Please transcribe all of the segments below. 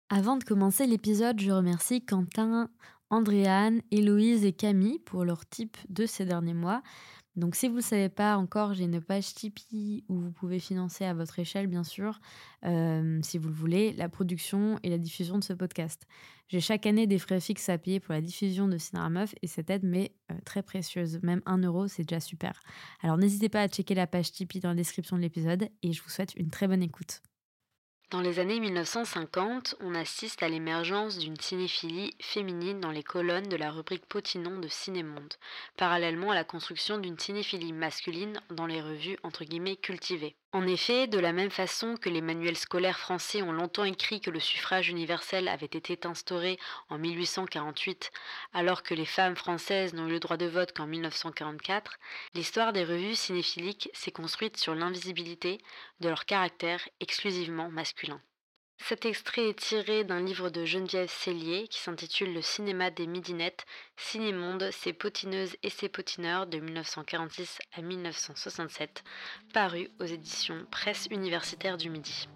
Avant de commencer l'épisode, je remercie Quentin, Andréane, Héloïse et Camille pour leur tip de ces derniers mois. Donc si vous ne le savez pas encore, j'ai une page Tipeee où vous pouvez financer à votre échelle, bien sûr, si vous le voulez, la production et la diffusion de ce podcast. J'ai chaque année des frais fixes à payer pour la diffusion de Cinéra Meuf et cette aide m'est très précieuse. Même 1 euro, c'est déjà super. Alors n'hésitez pas à checker la page Tipeee dans la description de l'épisode et je vous souhaite une très bonne écoute. Dans les années 1950, on assiste à l'émergence d'une cinéphilie féminine dans les colonnes de la rubrique Potinon de Cinémonde, parallèlement à la construction d'une cinéphilie masculine dans les revues entre guillemets cultivées. En effet, de la même façon que les manuels scolaires français ont longtemps écrit que le suffrage universel avait été instauré en 1848, alors que les femmes françaises n'ont eu le droit de vote qu'en 1944, l'histoire des revues cinéphiliques s'est construite sur l'invisibilité de leur caractère exclusivement masculin. Cet extrait est tiré d'un livre de Geneviève Cellier qui s'intitule Le cinéma des midinettes, Cinémonde, ses potineuses et ses potineurs de 1946 à 1967, paru aux éditions Presse universitaire du Midi.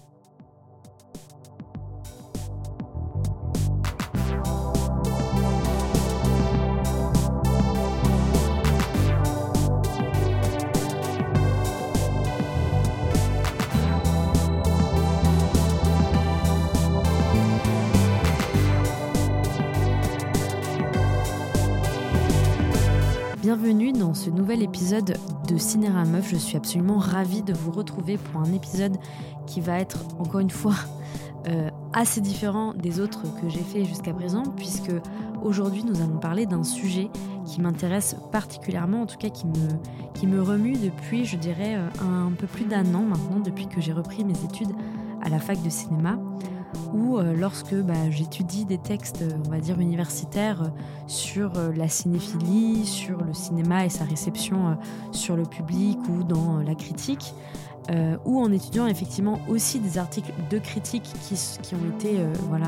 Bienvenue dans ce nouvel épisode de Cinéra Meuf. Je suis absolument ravie de vous retrouver pour un épisode qui va être, encore une fois, assez différent des autres que j'ai fait jusqu'à présent, puisque aujourd'hui nous allons parler d'un sujet qui m'intéresse particulièrement, en tout cas qui me remue depuis, je dirais, un peu plus d'1 an maintenant, depuis que j'ai repris mes études à la fac de cinéma, où lorsque j'étudie des textes, on va dire, universitaires sur la cinéphilie, sur le cinéma et sa réception sur le public ou dans la critique, ou en étudiant effectivement aussi des articles de critique qui ont été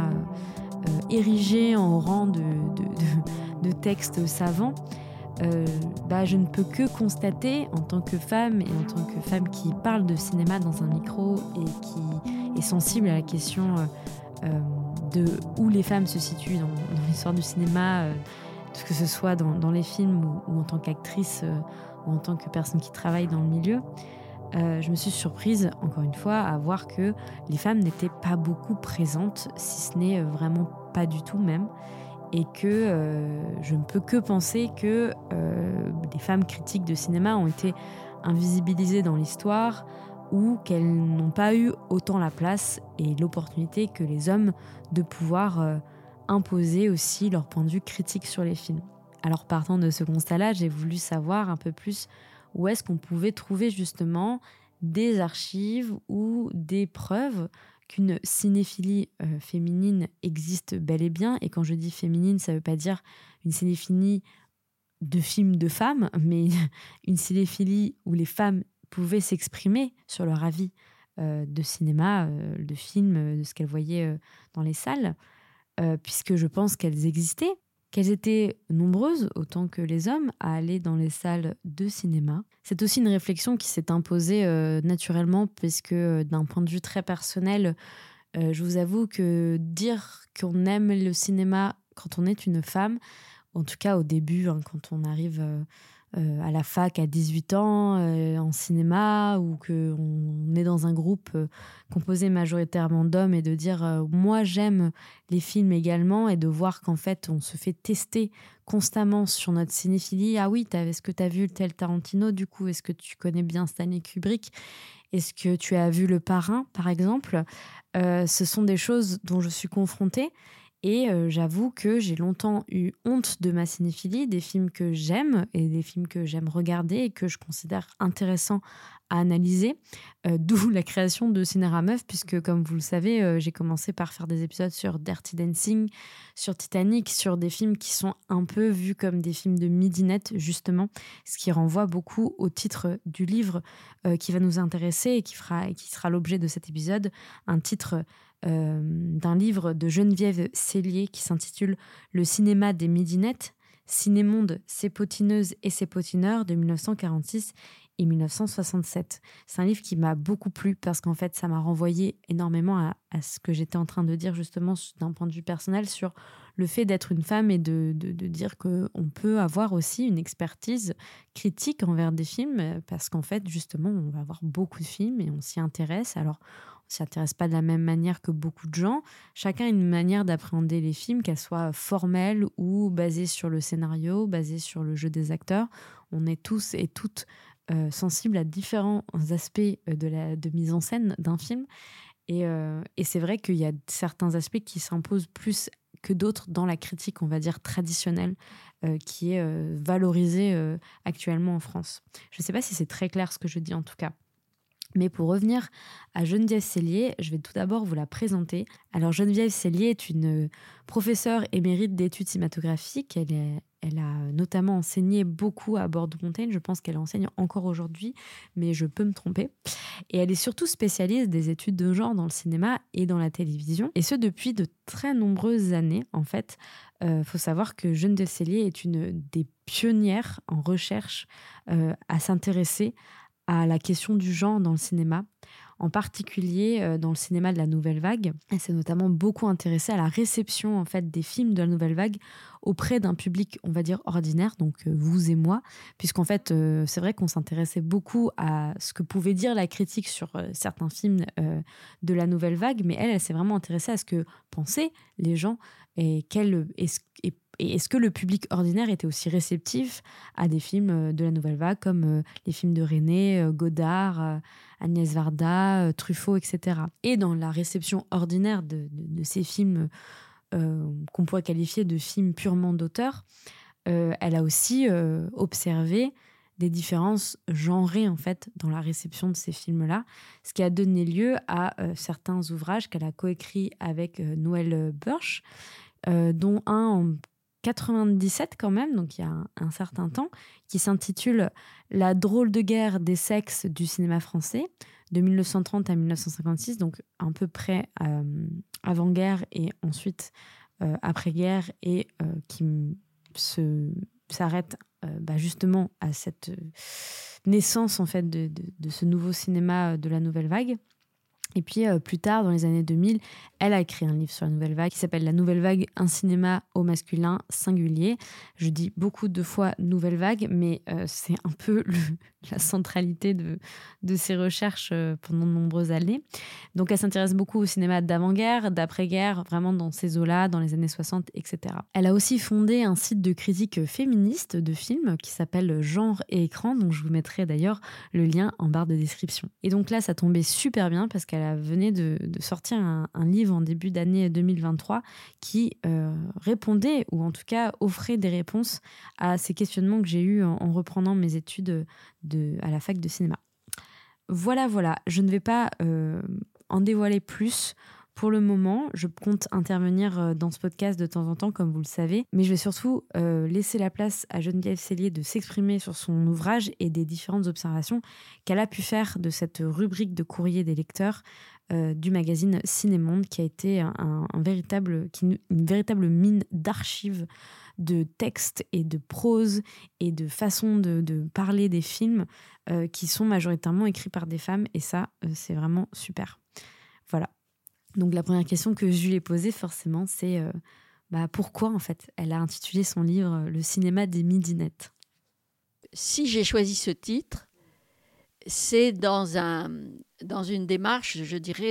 érigés en rang de textes savants, je ne peux que constater en tant que femme et en tant que femme qui parle de cinéma dans un micro et qui est sensible à la question de où les femmes se situent dans l'histoire du cinéma, que ce soit dans les films ou en tant qu'actrice ou en tant que personne qui travaille dans le milieu. Je me suis surprise, encore une fois, à voir que les femmes n'étaient pas beaucoup présentes, si ce n'est vraiment pas du tout même, et que je ne peux que penser que des femmes critiques de cinéma ont été invisibilisées dans l'histoire ou qu'elles n'ont pas eu autant la place et l'opportunité que les hommes de pouvoir imposer aussi leur point de vue critique sur les films. Alors partant de ce constat-là, j'ai voulu savoir un peu plus où est-ce qu'on pouvait trouver justement des archives ou des preuves qu'une cinéphilie féminine existe bel et bien. Et quand je dis féminine, ça ne veut pas dire une cinéphilie de films de femmes, mais une cinéphilie où les femmes pouvaient s'exprimer sur leur avis de cinéma, de films, de ce qu'elles voyaient dans les salles, puisque je pense qu'elles existaient, qu'elles étaient nombreuses, autant que les hommes, à aller dans les salles de cinéma. C'est aussi une réflexion qui s'est imposée naturellement, puisque d'un point de vue très personnel, je vous avoue que dire qu'on aime le cinéma quand on est une femme, en tout cas au début, quand on arrive à la fac à 18 ans, en cinéma, ou qu'on est dans un groupe composé majoritairement d'hommes, et de dire moi j'aime les films également, et de voir qu'en fait on se fait tester constamment sur notre cinéphilie. Ah oui, est-ce que tu as vu tel Tarantino du coup? Est-ce que tu connais bien Stanley Kubrick? Est-ce que tu as vu Le Parrain, par exemple? Ce sont des choses dont je suis confrontée. Et j'avoue que j'ai longtemps eu honte de ma cinéphilie, des films que j'aime et des films que j'aime regarder et que je considère intéressants à analyser. D'où la création de Cinéra Meuf, puisque comme vous le savez, j'ai commencé par faire des épisodes sur Dirty Dancing, sur Titanic, sur des films qui sont un peu vus comme des films de midinette, justement, ce qui renvoie beaucoup au titre du livre qui va nous intéresser et qui sera l'objet de cet épisode, un titre d'un livre de Geneviève Cellier qui s'intitule Le cinéma des midinettes, Cinémonde, ses potineuses et ses potineurs de 1946, et 1967. C'est un livre qui m'a beaucoup plu parce qu'en fait, ça m'a renvoyé énormément à ce que j'étais en train de dire justement d'un point de vue personnel sur le fait d'être une femme et de dire qu'on peut avoir aussi une expertise critique envers des films parce qu'en fait, justement, on va avoir beaucoup de films et on s'y intéresse. Alors, on s'y intéresse pas de la même manière que beaucoup de gens. Chacun a une manière d'appréhender les films, qu'elle soit formelle ou basée sur le scénario, basée sur le jeu des acteurs. On est tous et toutes sensibles à différents aspects de mise en scène d'un film. Et c'est vrai qu'il y a certains aspects qui s'imposent plus que d'autres dans la critique, on va dire, traditionnelle, qui est valorisée actuellement en France. Je ne sais pas si c'est très clair ce que je dis en tout cas. Mais pour revenir à Geneviève Sellier, je vais tout d'abord vous la présenter. Alors Geneviève Sellier est une professeure émérite d'études cinématographiques. Elle a notamment enseigné beaucoup à Bordeaux-Montaigne. Je pense qu'elle enseigne encore aujourd'hui, mais je peux me tromper. Et elle est surtout spécialiste des études de genre dans le cinéma et dans la télévision. Et ce, depuis de très nombreuses années, en fait. Faut savoir que Geneviève Sellier est une des pionnières en recherche à s'intéresser à la question du genre dans le cinéma, en particulier dans le cinéma de la Nouvelle Vague. Elle s'est notamment beaucoup intéressée à la réception en fait, des films de la Nouvelle Vague auprès d'un public, on va dire, ordinaire, donc vous et moi, puisqu'en fait, c'est vrai qu'on s'intéressait beaucoup à ce que pouvait dire la critique sur certains films de la Nouvelle Vague, mais elle s'est vraiment intéressée à ce que pensaient les gens et est-ce que le public ordinaire était aussi réceptif à des films de la Nouvelle Vague, comme les films de René, Godard, Agnès Varda, Truffaut, etc. Et dans la réception ordinaire de ces films qu'on pourrait qualifier de films purement d'auteur, elle a aussi observé des différences genrées en fait dans la réception de ces films-là, ce qui a donné lieu à certains ouvrages qu'elle a coécrits avec Noël Burch, dont un en 97 quand même, donc il y a un certain temps, qui s'intitule La drôle de guerre des sexes du cinéma français, de 1930 à 1956, donc à peu près avant-guerre et ensuite après-guerre, et qui s'arrête justement à cette naissance en fait de ce nouveau cinéma de la Nouvelle Vague. Et puis plus tard, dans les années 2000, elle a écrit un livre sur la Nouvelle Vague qui s'appelle « La Nouvelle Vague, un cinéma au masculin singulier ». Je dis beaucoup de fois « Nouvelle Vague », mais c'est un peu la centralité de ses recherches pendant de nombreuses années. Donc elle s'intéresse beaucoup au cinéma d'avant-guerre, d'après-guerre, vraiment dans ces eaux-là, dans les années 60, etc. Elle a aussi fondé un site de critique féministe de films qui s'appelle Genre et Écran, dont je vous mettrai d'ailleurs le lien en barre de description. Et donc là, ça tombait super bien parce qu'elle venait de sortir un livre en début d'année 2023 qui répondait, ou en tout cas offrait des réponses à ces questionnements que j'ai eus en reprenant mes études à la fac de cinéma. Voilà, je ne vais pas en dévoiler plus pour le moment. Je compte intervenir dans ce podcast de temps en temps, comme vous le savez, mais je vais surtout laisser la place à Geneviève Sellier de s'exprimer sur son ouvrage et des différentes observations qu'elle a pu faire de cette rubrique de courrier des lecteurs du magazine Cinémonde, qui a été une véritable mine d'archives, de textes et de prose et de façons de parler des films qui sont majoritairement écrits par des femmes, et ça, c'est vraiment super. Voilà. Donc la première question que je lui ai posée, forcément, c'est pourquoi, en fait, elle a intitulé son livre « Le cinéma des midinettes ». Si j'ai choisi ce titre, c'est dans une démarche, je dirais,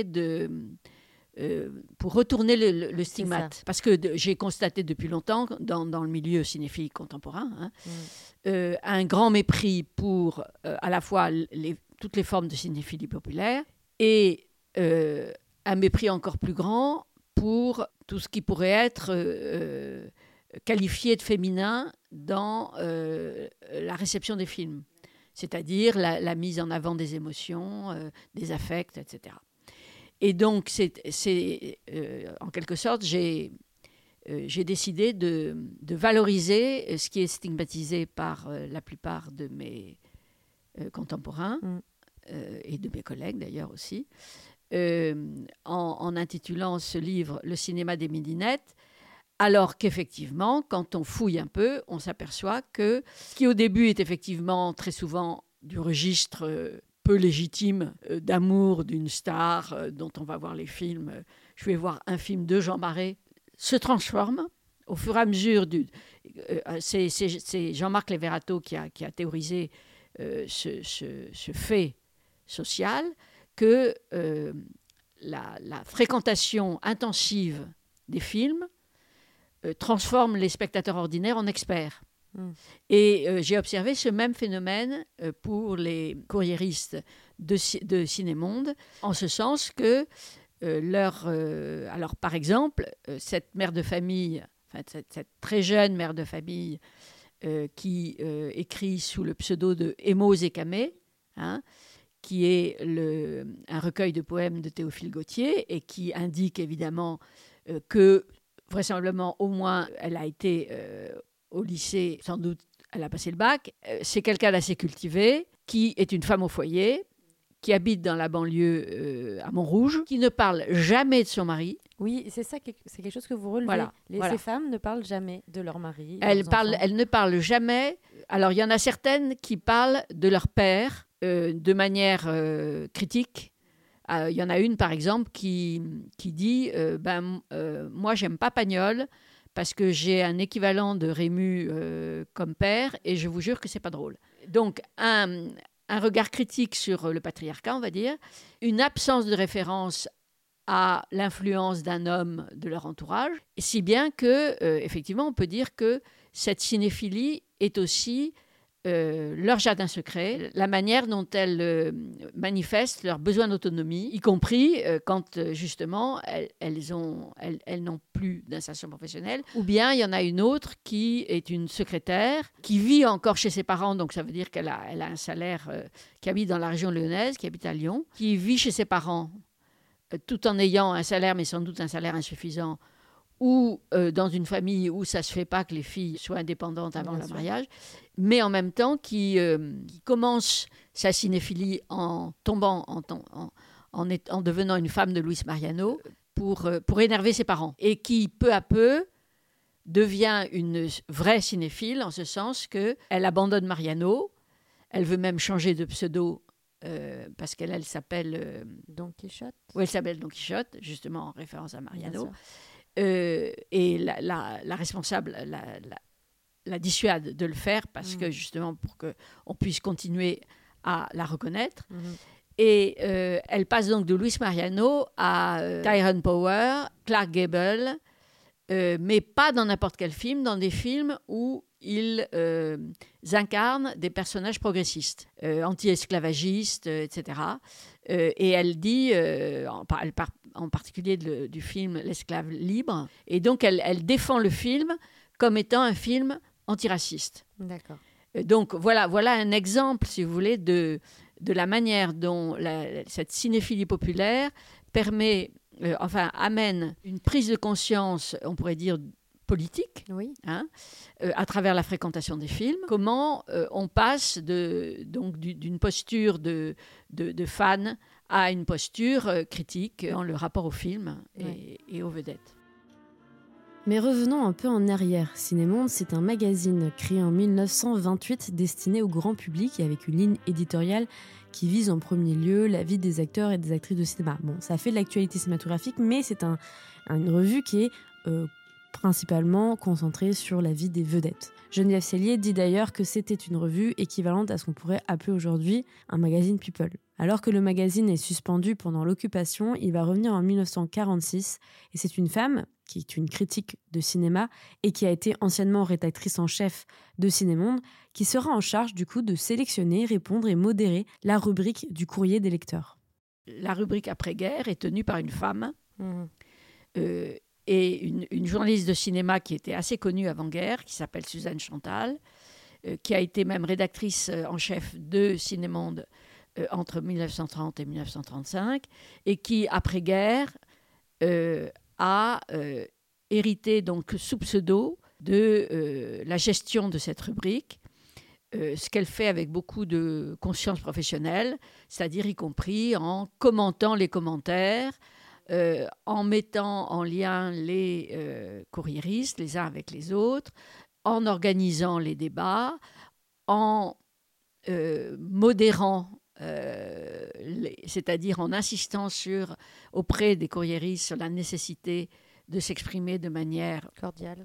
pour retourner le stigmate. Parce que j'ai constaté depuis longtemps, dans le milieu cinéphile contemporain, un grand mépris pour à la fois toutes les formes de cinéphilie populaire et un mépris encore plus grand pour tout ce qui pourrait être qualifié de féminin dans la réception des films. C'est-à-dire la mise en avant des émotions, des affects, etc. Et donc, en quelque sorte, j'ai décidé de valoriser ce qui est stigmatisé par la plupart de mes contemporains et de mes collègues d'ailleurs aussi, en intitulant ce livre « Le cinéma des midinettes », alors qu'effectivement, quand on fouille un peu, on s'aperçoit que ce qui au début est effectivement très souvent du registre peu légitime d'amour d'une star dont on va voir les films. Je vais voir un film de Jean Marais, se transforme au fur et à mesure c'est Jean-Marc Leverato qui a théorisé ce fait social que la fréquentation intensive des films transforme les spectateurs ordinaires en experts. Et j'ai observé ce même phénomène pour les courriéristes de Cinémonde, en ce sens que alors par exemple, cette mère de famille, cette très jeune mère de famille qui écrit sous le pseudo de Émose et Camé, qui est un recueil de poèmes de Théophile Gautier et qui indique évidemment que vraisemblablement au moins elle a été au lycée, sans doute elle a passé le bac. C'est quelqu'un d'assez cultivé, qui est une femme au foyer, qui habite dans la banlieue à Montrouge, qui ne parle jamais de son mari. Oui, c'est ça, c'est quelque chose que vous relevez. Ces femmes ne parlent jamais de leur mari. Elles ne parlent jamais. Alors, il y en a certaines qui parlent de leur père de manière critique. Il y en a une, par exemple, qui dit moi, j'aime pas Pagnol parce que j'ai un équivalent de Rému comme père et je vous jure que c'est pas drôle. Donc, un regard critique sur le patriarcat, on va dire, une absence de référence à l'influence d'un homme de leur entourage, si bien que, effectivement, on peut dire que cette cinéphilie est aussi leur jardin secret, la manière dont elles manifestent leur besoin d'autonomie, y compris quand, justement, elles n'ont plus d'insertion professionnelle. Ou bien, il y en a une autre qui est une secrétaire, qui vit encore chez ses parents, donc ça veut dire qu'elle a un salaire, qui habite dans la région lyonnaise, qui habite à Lyon, qui vit chez ses parents, tout en ayant un salaire, mais sans doute un salaire insuffisant, ou dans une famille où ça ne se fait pas que les filles soient indépendantes avant le mariage, mais en même temps qui commence sa cinéphilie en tombant, en devenant une femme de Luis Mariano pour énerver ses parents, et qui, peu à peu, devient une vraie cinéphile, en ce sens qu'elle abandonne Mariano, elle veut même changer de pseudo, parce qu'elle s'appelle... Don Quichotte. Oui, elle s'appelle Don Quichotte, justement en référence à Mariano. Et la responsable la dissuade de le faire parce que justement pour qu'on puisse continuer à la reconnaître. Et elle passe donc de Luis Mariano à Tyrone Power, Clark Gable, mais pas dans n'importe quel film, dans des films où ils incarnent des personnages progressistes, anti-esclavagistes, etc. Et elle dit, elle parle en particulier du film L'esclave libre, et donc elle défend le film comme étant un film antiraciste. D'accord. Donc voilà un exemple, si vous voulez, de la manière dont cette cinéphilie populaire amène une prise de conscience, on pourrait dire, politique, oui. À travers la fréquentation des films. Comment on passe d'une posture de fan à une posture critique dans le rapport au film et aux vedettes. Mais revenons un peu en arrière. Cinémonde, c'est un magazine créé en 1928 destiné au grand public et avec une ligne éditoriale qui vise en premier lieu la vie des acteurs et des actrices de cinéma. Bon, ça fait de l'actualité cinématographique, mais c'est une revue qui est principalement concentrée sur la vie des vedettes. Geneviève Cellier dit d'ailleurs que c'était une revue équivalente à ce qu'on pourrait appeler aujourd'hui un magazine People. Alors que le magazine est suspendu pendant l'occupation, il va revenir en 1946 et c'est une femme qui est une critique de cinéma et qui a été anciennement rédactrice en chef de Cinémonde, qui sera en charge du coup de sélectionner, répondre et modérer la rubrique du courrier des lecteurs. La rubrique après-guerre est tenue par une femme et une journaliste de cinéma qui était assez connue avant-guerre, qui s'appelle Suzanne Chantal, qui a été même rédactrice en chef de Cinémonde entre 1930 et 1935, et qui, après-guerre, a hérité donc sous pseudo de la gestion de cette rubrique, ce qu'elle fait avec beaucoup de conscience professionnelle, c'est-à-dire y compris en commentant les commentaires, en mettant en lien les courriéristes les uns avec les autres, en organisant les débats, en modérant, c'est-à-dire en insistant auprès des courriéristes sur la nécessité de s'exprimer de manière cordiale.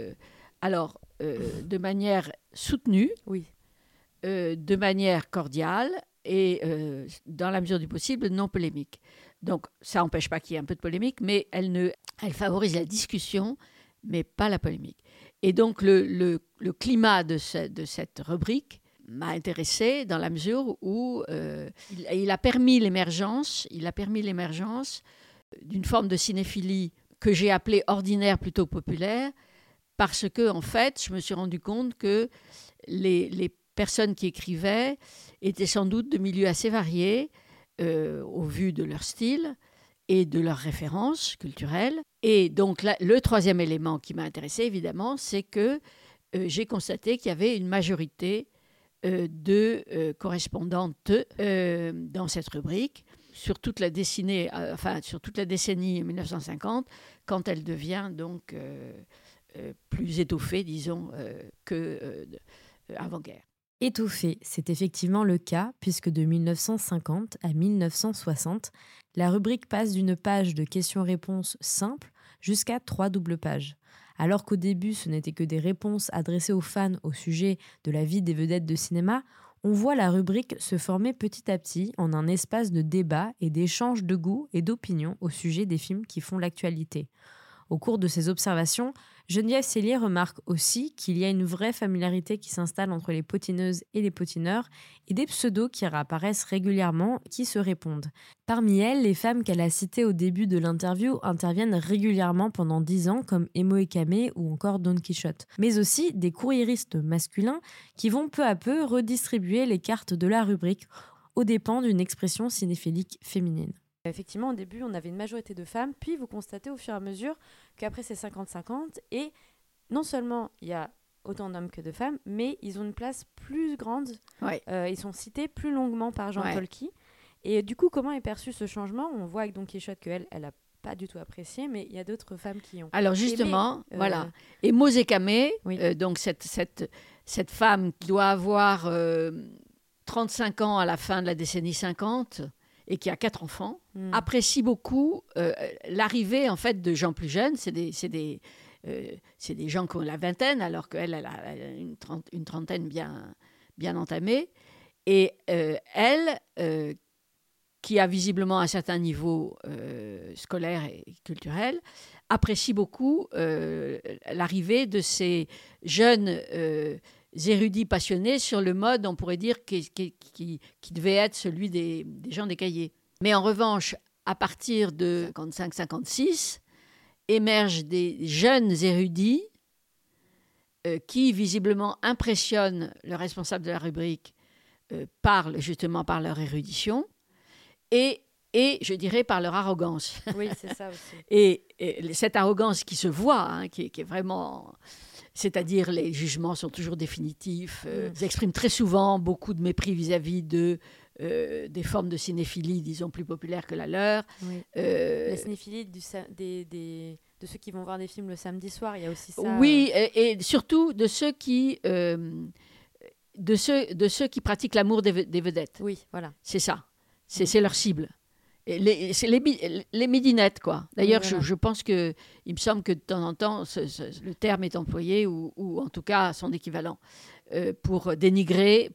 De manière soutenue, oui. De manière cordiale et dans la mesure du possible non polémique. Donc ça n'empêche pas qu'il y ait un peu de polémique, mais elle favorise la discussion, mais pas la polémique. Et donc le climat de cette rubrique m'a intéressée dans la mesure où il a permis l'émergence d'une forme de cinéphilie que j'ai appelée ordinaire plutôt que populaire, parce que en fait, je me suis rendu compte que les personnes qui écrivaient étaient sans doute de milieux assez variés au vu de leur style et de leurs références culturelles. Et donc le troisième élément qui m'a intéressée, évidemment, c'est que j'ai constaté qu'il y avait une majorité de correspondantes dans cette rubrique sur toute la décennie 1950, quand elle devient donc plus étoffée, disons, qu'avant-guerre. Étoffée, c'est effectivement le cas, puisque de 1950 à 1960, la rubrique passe d'une page de questions-réponses simples jusqu'à 3 doubles pages. Alors qu'au début, ce n'était que des réponses adressées aux fans au sujet de la vie des vedettes de cinéma, on voit la rubrique se former petit à petit en un espace de débat et d'échange de goûts et d'opinions au sujet des films qui font l'actualité. Au cours de ces observations, Geneviève Cellier remarque aussi qu'il y a une vraie familiarité qui s'installe entre les potineuses et les potineurs et des pseudos qui réapparaissent régulièrement qui se répondent. Parmi elles, les femmes qu'elle a citées au début de l'interview interviennent régulièrement pendant 10 ans comme Emo Ekame ou encore Don Quichotte, mais aussi des courriéristes masculins qui vont peu à peu redistribuer les cartes de la rubrique aux dépens d'une expression cinéphilique féminine. Effectivement, au début, on avait une majorité de femmes, puis vous constatez au fur et à mesure qu'après c'est 50-50, et non seulement il y a autant d'hommes que de femmes, mais ils ont une place plus grande, Ouais. Ils sont cités plus longuement par Jean Ouais. Tolki. Et du coup, comment est perçu ce changement ? On voit avec Don Quichotte qu'elle, elle n'a pas du tout apprécié, mais il y a d'autres femmes qui ont Alors justement, aimé, voilà. Et Mose-Kame, Oui. donc cette femme qui doit avoir 35 ans à la fin de la décennie 50 et qui a 4 enfants, apprécie beaucoup l'arrivée en fait de gens plus jeunes. C'est des gens qui ont la vingtaine, alors qu'elle elle a une trentaine bien entamée. Et elle, qui a visiblement un certain niveau scolaire et culturel, apprécie beaucoup l'arrivée de ces jeunes érudits passionnés sur le mode, on pourrait dire, qui devait être celui des gens des cahiers. Mais en revanche, à partir de 55-56, émergent des jeunes érudits qui, visiblement, impressionnent le responsable de la rubrique justement par leur érudition et je dirais par leur arrogance. Oui, c'est ça aussi. Et cette arrogance qui se voit, qui est vraiment... C'est-à-dire, les jugements sont toujours définitifs. Ils expriment très souvent beaucoup de mépris vis-à-vis des formes de cinéphilie, disons, plus populaires que la leur. Oui. La cinéphilie de ceux qui vont voir des films le samedi soir, il y a aussi ça. Oui, et surtout de ceux qui pratiquent l'amour des vedettes. Oui, voilà. C'est ça. C'est leur cible. C'est les midinettes, quoi. D'ailleurs, oui, voilà. je pense que, il me semble que de temps en temps, le terme est employé, ou en tout cas son équivalent, pour dénigrer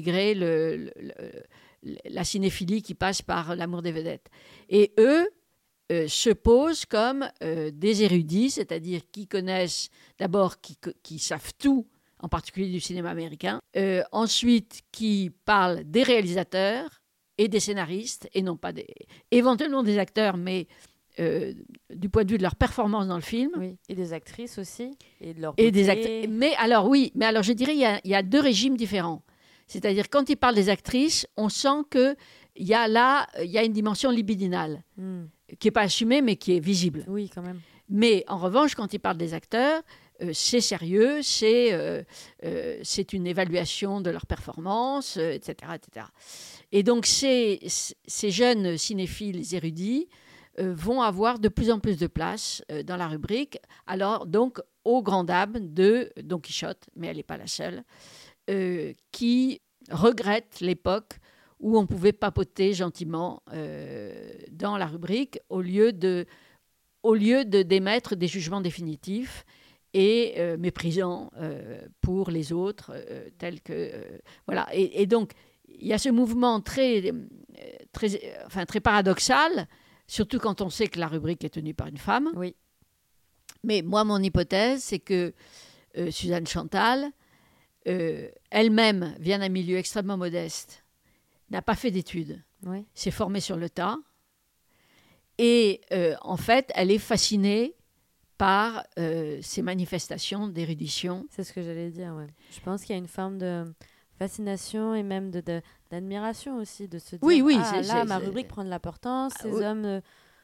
la cinéphilie qui passe par l'amour des vedettes. Et eux se posent comme des érudits, c'est-à-dire qui connaissent d'abord, qui savent tout, en particulier du cinéma américain, ensuite qui parlent des réalisateurs, et des scénaristes, et non pas éventuellement des acteurs, mais du point de vue de leur performance dans le film. Oui, et des actrices aussi, et de leur beauté. Et des acteurs. Mais alors je dirais il y a 2 régimes différents. C'est-à-dire, quand ils parlent des actrices, on sent qu'il y a une dimension libidinale, qui n'est pas assumée, mais qui est visible. Oui, quand même. Mais en revanche, quand ils parlent des acteurs, c'est sérieux, c'est une évaluation de leur performance, etc., etc. Et donc, ces jeunes cinéphiles érudits vont avoir de plus en plus de place dans la rubrique. Alors, donc, aux grandes dames de Don Quichotte, mais elle n'est pas la seule, qui regrette l'époque où on pouvait papoter gentiment dans la rubrique au lieu de d'émettre des jugements définitifs et méprisants pour les autres, tels que... voilà. Et donc, il y a ce mouvement très paradoxal, surtout quand on sait que la rubrique est tenue par une femme. Oui. Mais moi, mon hypothèse, c'est que Suzanne Chantal, elle-même vient d'un milieu extrêmement modeste, n'a pas fait d'études, s'est formée sur le tas, et en fait, elle est fascinée par ces manifestations d'érudition. C'est ce que j'allais dire, ouais. Je pense qu'il y a une forme de fascination et même d'admiration aussi, de se dire ma rubrique prend de l'importance, ces hommes...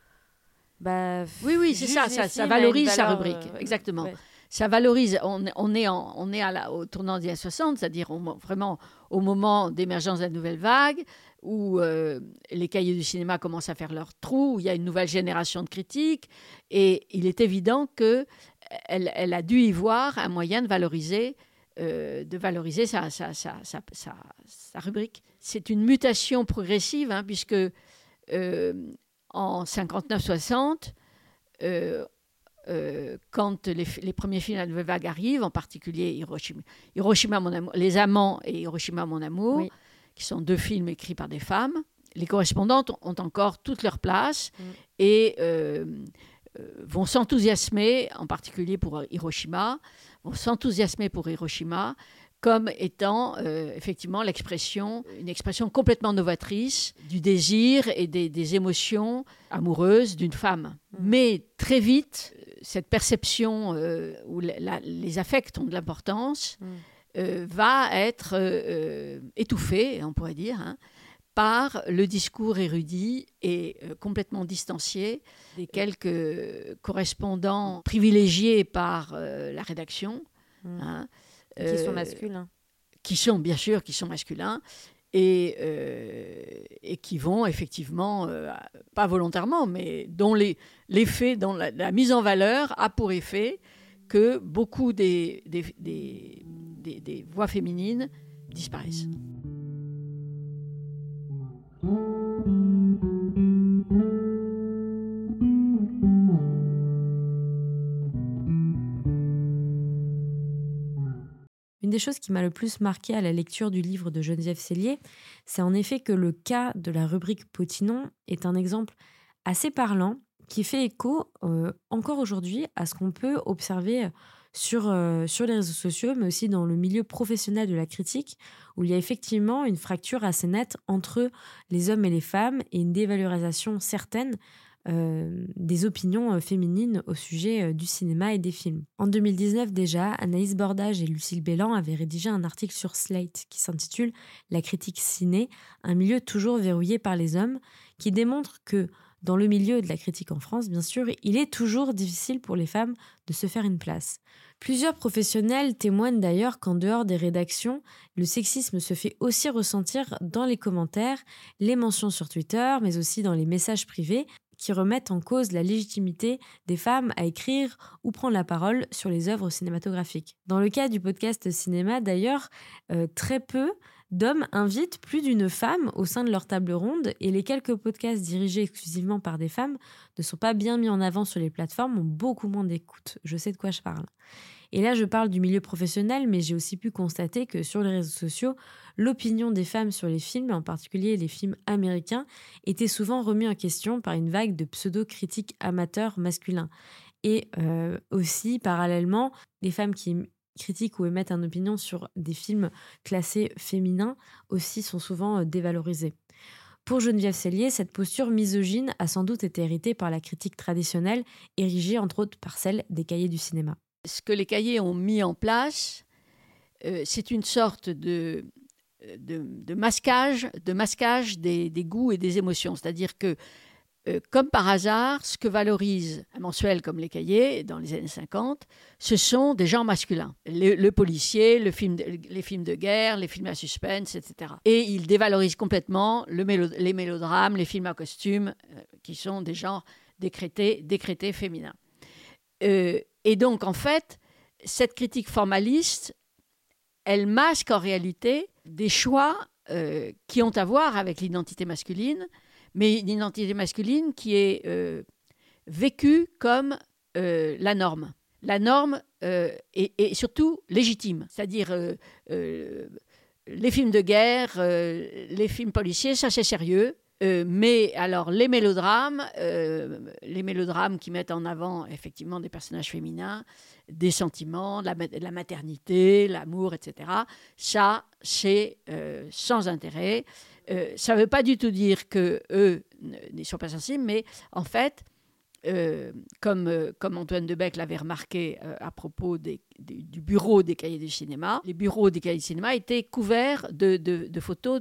oui, c'est ça valorise sa rubrique, exactement. Ouais. Ça valorise, on est au tournant des années 60, c'est-à-dire vraiment au moment d'émergence de la nouvelle vague, où les cahiers du cinéma commencent à faire leur trou, où il y a une nouvelle génération de critiques, et il est évident qu'elle a dû y voir un moyen de valoriser sa rubrique. C'est une mutation progressive, puisque en 59-60, quand les premiers films de la nouvelle vague arrivent, en particulier Hiroshima mon amour, Les Amants et Hiroshima mon amour, qui sont 2 films écrits par des femmes, les correspondantes ont encore toute leur place et vont s'enthousiasmer, en particulier pour Hiroshima, comme étant effectivement une expression complètement novatrice du désir et des émotions amoureuses d'une femme. Mais très vite, cette perception où les affects ont de l'importance va être étouffée, on pourrait dire, par le discours érudit et complètement distancié des quelques correspondants privilégiés par la rédaction, qui sont masculins. Qui sont masculins et qui vont effectivement, pas volontairement, mais dont l'effet, dont la mise en valeur a pour effet que beaucoup des voix féminines disparaissent. Une des choses qui m'a le plus marqué à la lecture du livre de Geneviève Sellier, c'est en effet que le cas de la rubrique Potinon est un exemple assez parlant qui fait écho encore aujourd'hui à ce qu'on peut observer sur les réseaux sociaux, mais aussi dans le milieu professionnel de la critique, où il y a effectivement une fracture assez nette entre les hommes et les femmes et une dévalorisation certaine des opinions féminines au sujet du cinéma et des films. En 2019 déjà, Anaïs Bordage et Lucille Bélan avaient rédigé un article sur Slate qui s'intitule « La critique ciné, un milieu toujours verrouillé par les hommes », qui démontre que dans le milieu de la critique en France, bien sûr, il est toujours difficile pour les femmes de se faire une place. Plusieurs professionnels témoignent d'ailleurs qu'en dehors des rédactions, le sexisme se fait aussi ressentir dans les commentaires, les mentions sur Twitter, mais aussi dans les messages privés, qui remettent en cause la légitimité des femmes à écrire ou prendre la parole sur les œuvres cinématographiques. Dans le cas du podcast cinéma, d'ailleurs, très peu d'hommes invitent plus d'une femme au sein de leur table ronde et les quelques podcasts dirigés exclusivement par des femmes ne sont pas bien mis en avant sur les plateformes, ont beaucoup moins d'écoute. Je sais de quoi je parle. Et là, je parle du milieu professionnel, mais j'ai aussi pu constater que sur les réseaux sociaux, l'opinion des femmes sur les films, en particulier les films américains, était souvent remise en question par une vague de pseudo-critiques amateurs masculins. Et aussi, parallèlement, les femmes qui critiquent ou émettent une opinion sur des films classés féminins aussi sont souvent dévalorisées. Pour Geneviève Sellier, cette posture misogyne a sans doute été héritée par la critique traditionnelle, érigée entre autres par celle des cahiers du cinéma. Ce que les cahiers ont mis en place, c'est une sorte de masquage des goûts et des émotions. C'est-à-dire que, comme par hasard, ce que valorise un mensuel comme les cahiers dans les années 50, ce sont des genres masculins. Le policier, les films de guerre, les films à suspense, etc. Et ils dévalorisent complètement les mélodrames, les films à costume, qui sont des genres décrétés féminins. Et donc, en fait, cette critique formaliste, elle masque en réalité des choix qui ont à voir avec l'identité masculine, mais une identité masculine qui est vécue comme la norme. La norme est surtout légitime, c'est-à-dire les films de guerre, les films policiers, ça c'est sérieux. Mais alors les mélodrames qui mettent en avant effectivement des personnages féminins, des sentiments, la maternité, l'amour, etc. Ça, c'est sans intérêt. Ça ne veut pas du tout dire qu'eux ne sont pas sensibles, mais en fait, comme Antoine Debec l'avait remarqué à propos du bureau des cahiers du cinéma, les bureaux des cahiers du cinéma étaient couverts de photos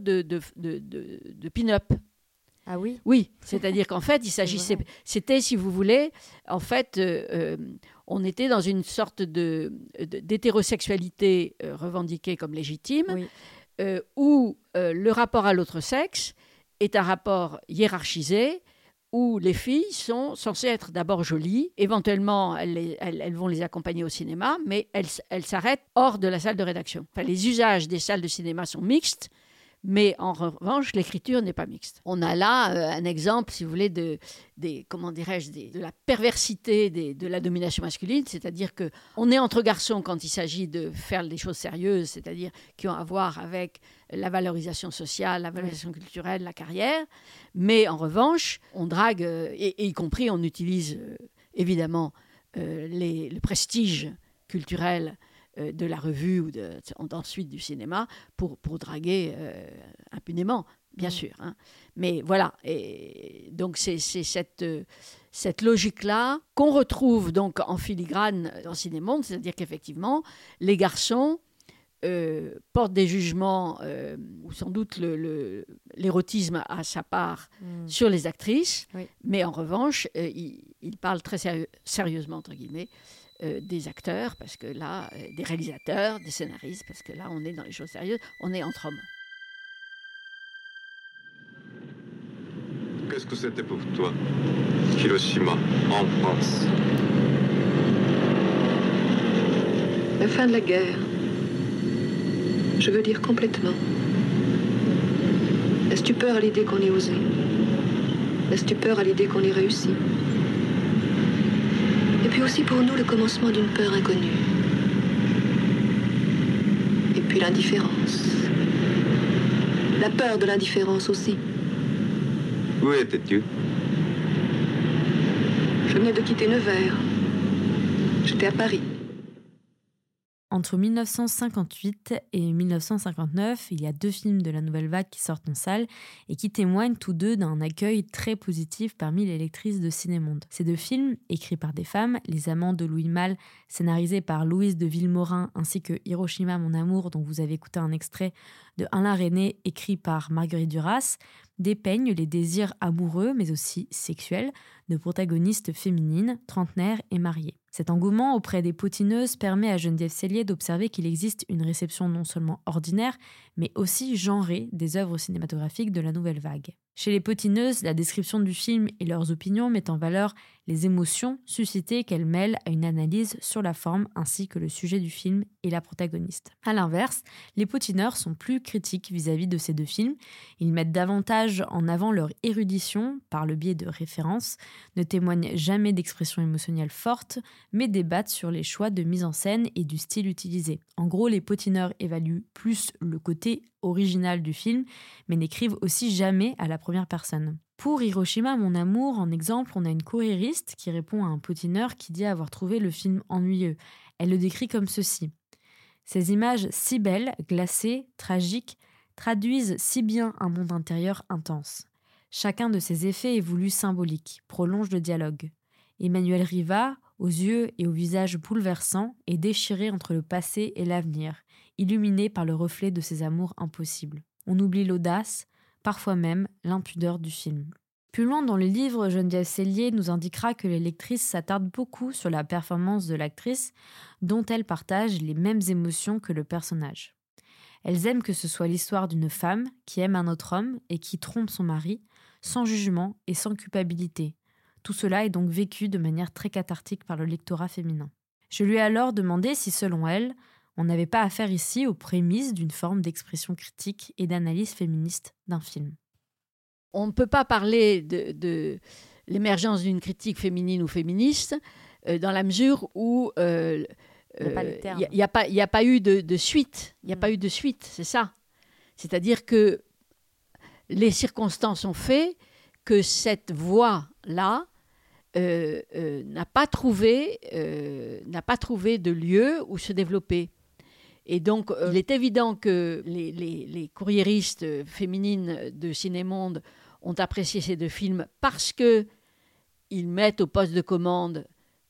de pin-up. Ah oui. Oui, c'est-à-dire qu'en fait, c'était, si vous voulez, en fait, on était dans une sorte d'hétérosexualité revendiquée comme légitime, oui. Où le rapport à l'autre sexe est un rapport hiérarchisé, où les filles sont censées être d'abord jolies, éventuellement elles vont les accompagner au cinéma, mais elles s'arrêtent hors de la salle de rédaction. Enfin, les usages des salles de cinéma sont mixtes, mais en revanche, l'écriture n'est pas mixte. On a là un exemple, si vous voulez, de la perversité de la domination masculine, c'est-à-dire qu'on est entre garçons quand il s'agit de faire des choses sérieuses, c'est-à-dire qui ont à voir avec la valorisation sociale, la valorisation culturelle, la carrière, mais en revanche, on drague, et y compris on utilise évidemment le prestige culturel de la revue ou ensuite du cinéma pour draguer impunément, bien sûr. Hein. Mais voilà, et donc c'est cette logique-là qu'on retrouve donc en filigrane dans Cinémonde, c'est-à-dire qu'effectivement, les garçons portent des jugements où sans doute l'érotisme a sa part sur les actrices, oui. Mais en revanche, ils parlent très sérieusement, entre guillemets, des acteurs, parce que là, des réalisateurs, des scénaristes, parce que là, on est dans les choses sérieuses, on est entre hommes. Qu'est-ce que c'était pour toi, Hiroshima, en France? La fin de la guerre. Je veux dire complètement. La stupeur à l'idée qu'on ait osé. La stupeur à l'idée qu'on ait réussi. Et puis aussi pour nous le commencement d'une peur inconnue. Et puis l'indifférence. La peur de l'indifférence aussi. Où étais-tu? Je venais de quitter Nevers. J'étais à Paris. Entre 1958 et 1959, il y a 2 films de la Nouvelle Vague qui sortent en salle et qui témoignent tous deux d'un accueil très positif parmi les lectrices de Cinémonde. Ces 2 films, écrits par des femmes, Les Amants de Louis Malle, scénarisés par Louise de Villemorin, ainsi que Hiroshima, mon amour, dont vous avez écouté un extrait de Alain Resnais, écrit par Marguerite Duras, dépeignent les désirs amoureux, mais aussi sexuels, de protagonistes féminines, trentenaires et mariées. Cet engouement auprès des potineuses permet à Geneviève Sellier d'observer qu'il existe une réception non seulement ordinaire, mais aussi genrée des œuvres cinématographiques de la Nouvelle Vague. Chez les potineuses, la description du film et leurs opinions mettent en valeur les émotions suscitées qu'elles mêlent à une analyse sur la forme ainsi que le sujet du film et la protagoniste. A l'inverse, les potineurs sont plus critiques vis-à-vis de ces 2 films. Ils mettent davantage en avant leur érudition par le biais de références, ne témoignent jamais d'expressions émotionnelles fortes, mais débattent sur les choix de mise en scène et du style utilisé. En gros, les potineurs évaluent plus le côté original du film, mais n'écrivent aussi jamais à la première personne. Pour Hiroshima, mon amour, en exemple, on a une courriériste qui répond à un potineur qui dit avoir trouvé le film ennuyeux. Elle le décrit comme ceci. Ces images si belles, glacées, tragiques, traduisent si bien un monde intérieur intense. Chacun de ces effets est voulu symbolique, prolonge le dialogue. Emmanuel Riva, aux yeux et au visage bouleversants, est déchiré entre le passé et l'avenir, illuminé par le reflet de ses amours impossibles. On oublie l'audace, parfois même l'impudeur du film. Plus loin dans le livre, Geneviève Sellier nous indiquera que les lectrices s'attardent beaucoup sur la performance de l'actrice, dont elles partagent les mêmes émotions que le personnage. Elles aiment que ce soit l'histoire d'une femme qui aime un autre homme et qui trompe son mari, sans jugement et sans culpabilité. Tout cela est donc vécu de manière très cathartique par le lectorat féminin. Je lui ai alors demandé si, selon elle, On n'avait pas affaire ici aux prémices d'une forme d'expression critique et d'analyse féministe d'un film. On ne peut pas parler de l'émergence d'une critique féminine ou féministe dans la mesure où il n'y a pas eu de suite. Il n'y a pas eu de suite, c'est ça. C'est-à-dire que les circonstances ont fait que cette voie-là n'a pas trouvé de lieu où se développer. Et donc, il est évident que les courriéristes féminines de Cinémonde ont apprécié ces deux films parce qu'ils mettent au poste de commande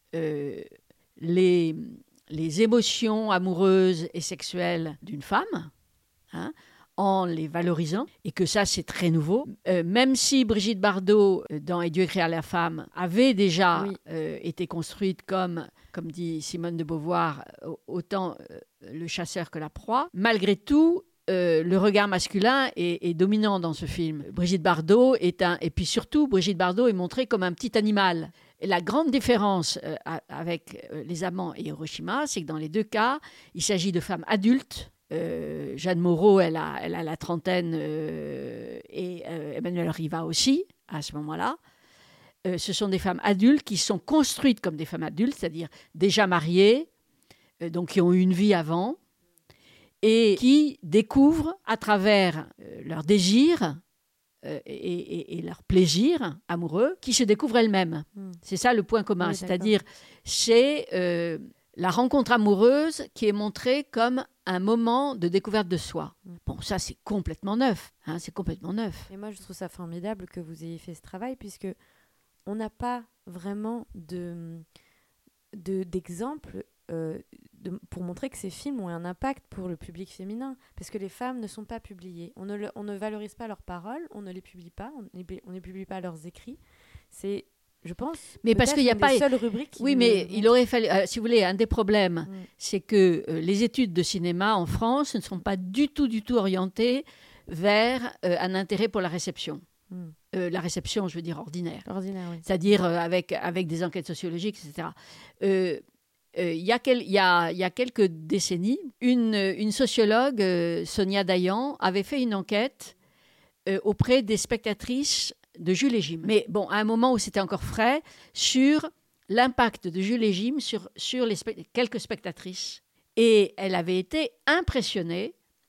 les émotions amoureuses et sexuelles d'une femme, hein, en les valorisant, et que ça, c'est très nouveau. Même si Brigitte Bardot, dans « Et Dieu créa la femme », avait déjà été construite comme dit Simone de Beauvoir, autant le chasseur que la proie, malgré tout, le regard masculin est dominant dans ce film. Brigitte Bardot et puis surtout, Brigitte Bardot est montrée comme un petit animal. Et la grande différence avec Les Amants et Hiroshima, c'est que dans les deux cas, il s'agit de femmes adultes. Jeanne Moreau, elle a la trentaine et Emmanuelle Riva aussi, à ce moment-là. Ce sont des femmes adultes qui sont construites comme des femmes adultes, c'est-à-dire déjà mariées, donc qui ont eu une vie avant, et qui découvrent à travers leur désir et leur plaisir amoureux, qui se découvrent elles-mêmes. C'est ça le point commun, c'est-à-dire c'est la rencontre amoureuse qui est montrée comme un moment de découverte de soi. Bon, ça, c'est complètement neuf. Hein, c'est complètement neuf. Et moi, je trouve ça formidable que vous ayez fait ce travail, puisque on n'a pas vraiment d'exemple pour montrer que ces films ont un impact pour le public féminin. Parce que les femmes ne sont pas publiées. On ne valorise pas leurs paroles, on ne les publie pas, on ne publie pas leurs écrits. C'est... Je pense. Mais parce qu'il n'y a pas. Seule rubrique. Oui, mais il aurait fallu. Si vous voulez, un des problèmes, c'est que les études de cinéma en France ne sont pas du tout orientées vers un intérêt pour la réception. La réception, je veux dire ordinaire. Ordinaire, oui. C'est-à-dire avec des enquêtes sociologiques, etc. Il y a quelques décennies, une sociologue, Sonia Dayan, avait fait une enquête auprès des spectatrices de Jules et Jim. Mais bon, à un moment où c'était encore frais, sur l'impact de Jules et Jim sur quelques spectatrices. Et elle avait été impressionnée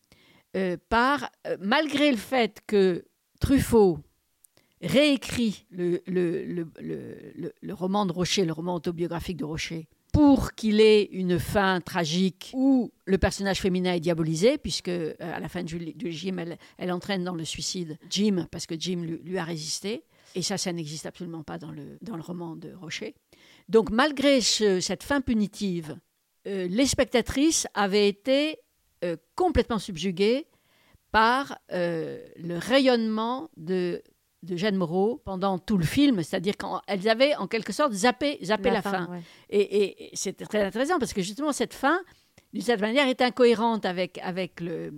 malgré le fait que Truffaut réécrit le roman de Rocher, le roman autobiographique de Rocher, pour qu'il ait une fin tragique où le personnage féminin est diabolisé, puisque à la fin de Jim, elle entraîne dans le suicide Jim, parce que Jim lui a résisté. Et ça n'existe absolument pas dans le roman de Rocher. Donc, malgré cette fin punitive, les spectatrices avaient été complètement subjuguées par le rayonnement de Jeanne Moreau pendant tout le film, c'est-à-dire qu'elles avaient en quelque sorte zappé la fin. Ouais. Et c'était très intéressant parce que justement cette fin, d'une certaine manière, est incohérente avec le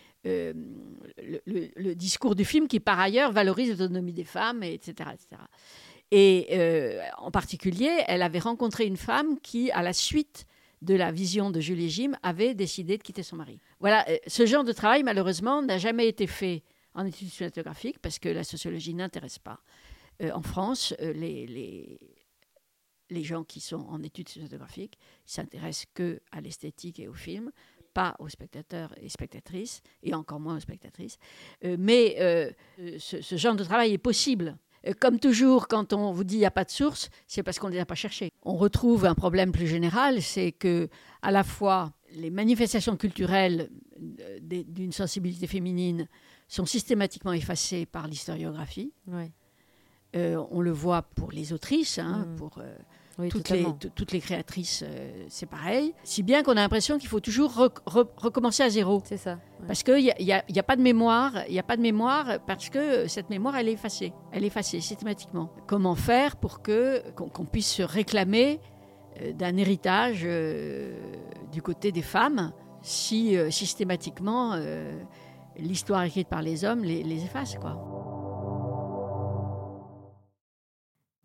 discours du film qui par ailleurs valorise l'autonomie des femmes, etc. Et en particulier, elle avait rencontré une femme qui, à la suite de la vision de Jules et Jim, avait décidé de quitter son mari. Voilà, ce genre de travail, malheureusement, n'a jamais été fait en études cinématographiques, parce que la sociologie n'intéresse pas. En France, les gens qui sont en études cinématographiques s'intéressent qu'à l'esthétique et au film, pas aux spectateurs et spectatrices, et encore moins aux spectatrices. Mais ce genre de travail est possible. Comme toujours, quand on vous dit qu'il n'y a pas de source, c'est parce qu'on ne les a pas cherchées. On retrouve un problème plus général, c'est que à la fois les manifestations culturelles d'une sensibilité féminine sont systématiquement effacées par l'historiographie. Ouais. On le voit pour les autrices, pour toutes les créatrices, c'est pareil. Si bien qu'on a l'impression qu'il faut toujours recommencer à zéro. C'est ça. Ouais. Parce qu'il n'y a pas de mémoire, parce que cette mémoire, elle est effacée. Elle est effacée systématiquement. Comment faire pour qu'on puisse se réclamer d'un héritage du côté des femmes si systématiquement l'histoire écrite par les hommes les efface, quoi.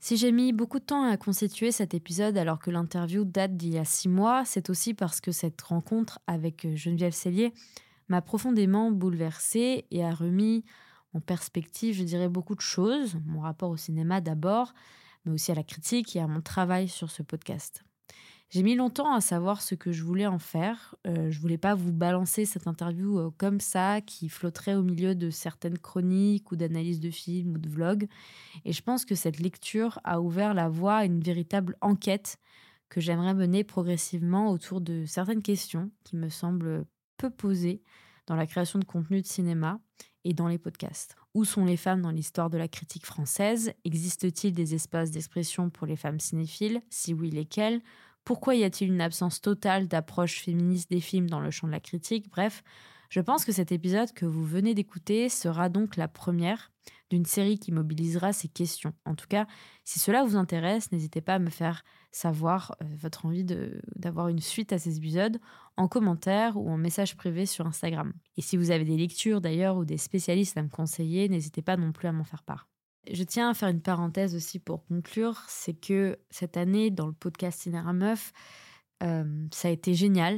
Si j'ai mis beaucoup de temps à constituer cet épisode alors que l'interview date d'il y a 6 mois, c'est aussi parce que cette rencontre avec Geneviève Sellier m'a profondément bouleversée et a remis en perspective, je dirais, beaucoup de choses. Mon rapport au cinéma d'abord, mais aussi à la critique et à mon travail sur ce podcast. J'ai mis longtemps à savoir ce que je voulais en faire. Je voulais pas vous balancer cette interview comme ça, qui flotterait au milieu de certaines chroniques ou d'analyses de films ou de vlogs. Et je pense que cette lecture a ouvert la voie à une véritable enquête que j'aimerais mener progressivement autour de certaines questions qui me semblent peu posées dans la création de contenu de cinéma et dans les podcasts. Où sont les femmes dans l'histoire de la critique française ? Existe-t-il des espaces d'expression pour les femmes cinéphiles ? Si oui, lesquels ? Pourquoi y a-t-il une absence totale d'approche féministe des films dans le champ de la critique ? Bref, je pense que cet épisode que vous venez d'écouter sera donc la première d'une série qui mobilisera ces questions. En tout cas, si cela vous intéresse, n'hésitez pas à me faire savoir votre envie d'avoir une suite à ces épisodes en commentaire ou en message privé sur Instagram. Et si vous avez des lectures d'ailleurs ou des spécialistes à me conseiller, n'hésitez pas non plus à m'en faire part. Je tiens à faire une parenthèse aussi pour conclure, c'est que cette année, dans le podcast Cinéra Meuf, ça a été génial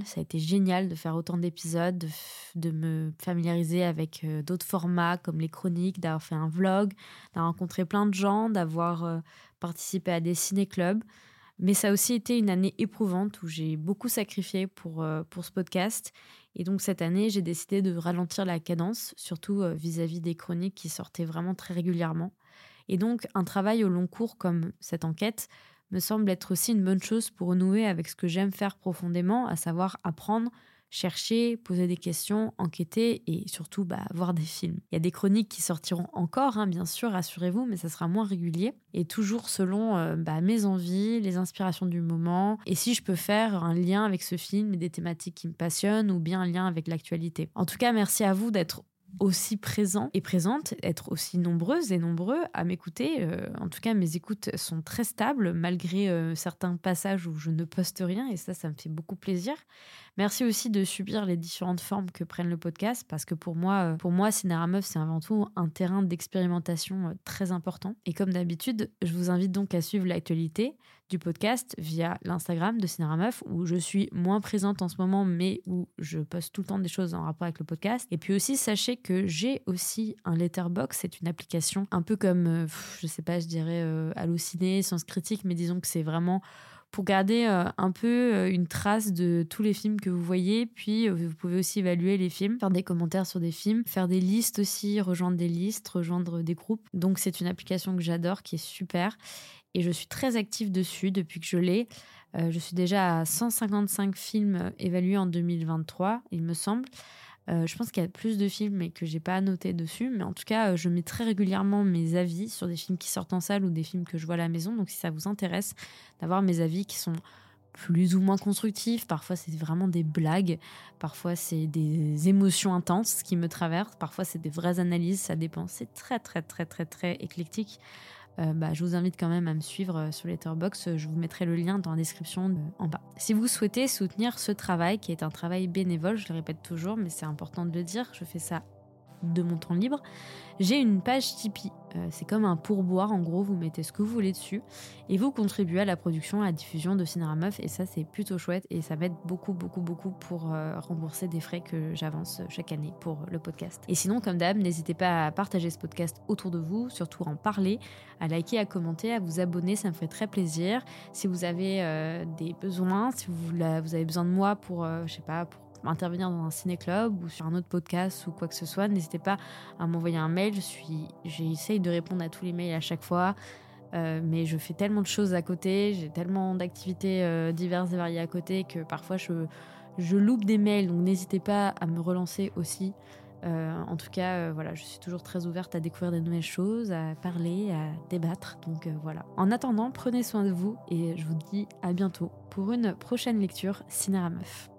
de faire autant d'épisodes, de me familiariser avec d'autres formats comme les chroniques, d'avoir fait un vlog, d'avoir rencontré plein de gens, d'avoir participé à des ciné-clubs. Mais ça a aussi été une année éprouvante où j'ai beaucoup sacrifié pour ce podcast. Et donc cette année, j'ai décidé de ralentir la cadence, surtout vis-à-vis des chroniques qui sortaient vraiment très régulièrement. Et donc un travail au long cours comme cette enquête me semble être aussi une bonne chose pour renouer avec ce que j'aime faire profondément, à savoir apprendre, chercher, poser des questions, enquêter et surtout voir des films. Il y a des chroniques qui sortiront encore, bien sûr, rassurez-vous, mais ça sera moins régulier et toujours selon mes envies, les inspirations du moment et si je peux faire un lien avec ce film et des thématiques qui me passionnent ou bien un lien avec l'actualité. En tout cas, merci à vous d'être aussi présents et présentes, être aussi nombreuses et nombreux à m'écouter. En tout cas, mes écoutes sont très stables malgré certains passages où je ne poste rien et ça me fait beaucoup plaisir. Merci aussi de subir les différentes formes que prennent le podcast parce que pour moi, Cinéra Meuf, c'est avant tout un terrain d'expérimentation très important. Et comme d'habitude, je vous invite donc à suivre l'actualité du podcast via l'Instagram de Cinéra Meuf où je suis moins présente en ce moment mais où je poste tout le temps des choses en rapport avec le podcast. Et puis aussi, sachez que j'ai aussi un Letterboxd, c'est une application un peu comme, je dirais Allociné, Sens Critique, mais disons que c'est vraiment pour garder un peu une trace de tous les films que vous voyez. Puis vous pouvez aussi évaluer les films, faire des commentaires sur des films, faire des listes aussi, rejoindre des listes, rejoindre des groupes. Donc c'est une application que j'adore, qui est super. Et je suis très active dessus depuis que je l'ai. Je suis déjà à 155 films évalués en 2023, il me semble. Je pense qu'il y a plus de films mais que j'ai pas noté dessus. Mais en tout cas, je mets très régulièrement mes avis sur des films qui sortent en salle ou des films que je vois à la maison. Donc si ça vous intéresse d'avoir mes avis qui sont plus ou moins constructifs, parfois c'est vraiment des blagues, parfois c'est des émotions intenses qui me traversent, parfois c'est des vraies analyses, ça dépend. C'est très très très très très éclectique. Je vous invite quand même à me suivre sur Letterboxd. Je vous mettrai le lien dans la description en bas. Si vous souhaitez soutenir ce travail, qui est un travail bénévole, je le répète toujours, mais c'est important de le dire, je fais ça de mon temps libre, j'ai une page Tipeee. C'est comme un pourboire, en gros, vous mettez ce que vous voulez dessus et vous contribuez à la production, à la diffusion de Cinéra Meuf et ça, c'est plutôt chouette et ça m'aide beaucoup, beaucoup, beaucoup pour rembourser des frais que j'avance chaque année pour le podcast. Et sinon, comme d'hab, n'hésitez pas à partager ce podcast autour de vous, surtout à en parler, à liker, à commenter, à vous abonner, ça me ferait très plaisir. Si vous avez des besoins, si vous avez besoin de moi pour pour intervenir dans un ciné-club ou sur un autre podcast ou quoi que ce soit, n'hésitez pas à m'envoyer un mail. J'essaye de répondre à tous les mails à chaque fois, mais je fais tellement de choses à côté, j'ai tellement d'activités diverses et variées à côté que parfois je loupe des mails, donc n'hésitez pas à me relancer aussi. En tout cas, je suis toujours très ouverte à découvrir des nouvelles choses, à parler, à débattre. Donc voilà. En attendant, prenez soin de vous et je vous dis à bientôt pour une prochaine lecture Cinéra Meuf.